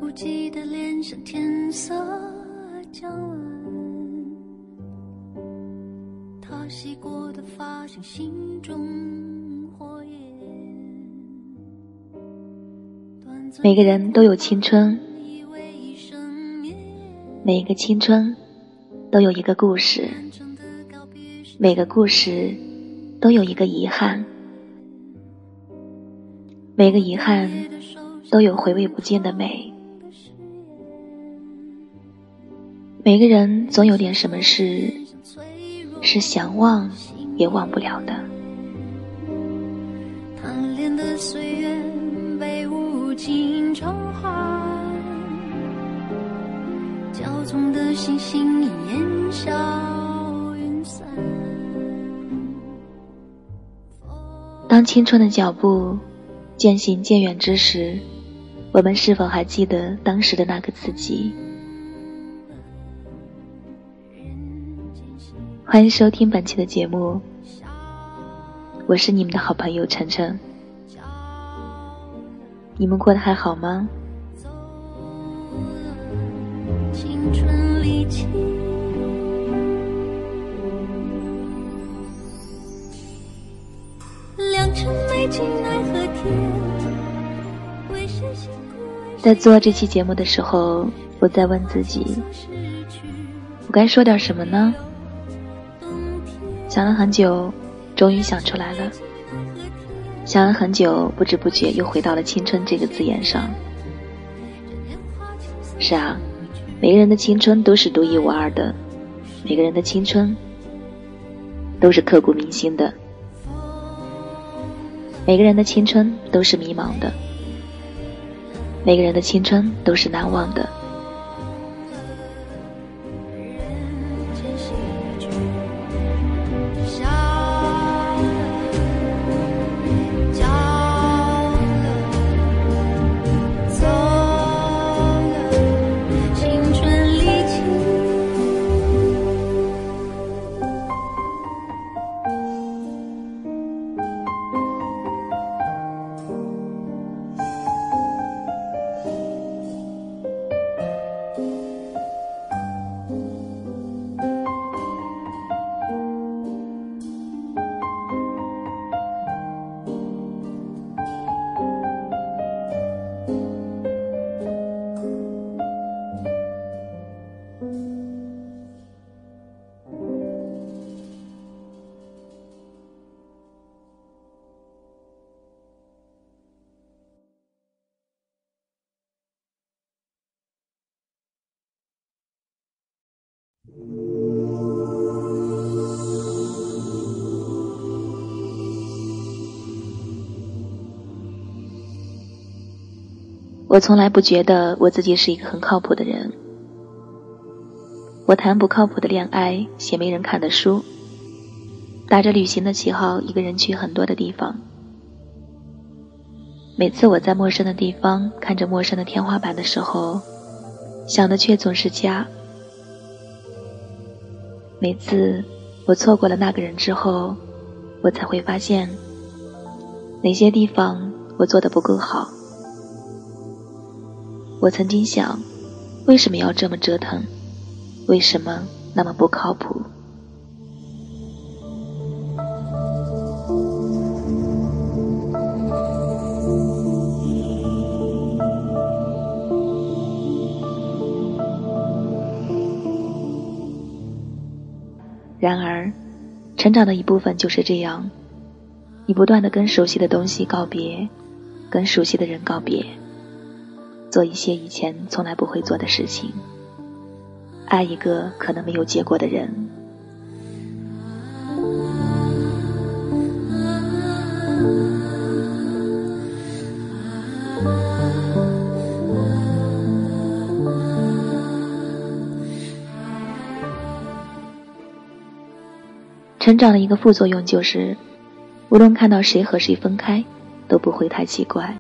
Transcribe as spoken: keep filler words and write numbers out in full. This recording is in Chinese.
不记得脸上天色将晚，他洗过的发像心中火焰。 每个人都有青春，每一个青春都有一个故事，每个故事都有一个遗憾，每个遗憾都有回味不尽的美。每个人总有点什么事是想忘也忘不了的。 贪恋的岁月被无尽偿还，骄纵的星星烟消云散。 当青春的脚步渐行渐远之时，我们是否还记得当时的那个自己？欢迎收听本期的节目，我是你们的好朋友晨晨。你们过得还好吗？ 青春离奇，良辰美景奈何天，为谁辛苦。 在做这期节目的时候，我在问自己，我该说点什么呢？想了很久，终于想出来了。想了很久，不知不觉又回到了青春这个字眼上。是啊，每个人的青春都是独一无二的，每个人的青春都是刻骨铭心的，每个人的青春都是迷茫的，每个人的青春都是难忘的。我从来不觉得我自己是一个很靠谱的人。我谈不靠谱的恋爱，写没人看的书，打着旅行的旗号，一个人去很多的地方。每次我在陌生的地方看着陌生的天花板的时候，想的却总是家。每次我错过了那个人之后，我才会发现哪些地方我做得不够好。我曾经想，为什么要这么折腾？为什么那么不靠谱？然而，成长的一部分就是这样，你不断地跟熟悉的东西告别，跟熟悉的人告别，做一些以前从来不会做的事情，爱一个可能没有结果的人。成长的一个副作用就是，无论看到谁和谁分开，都不会太奇怪。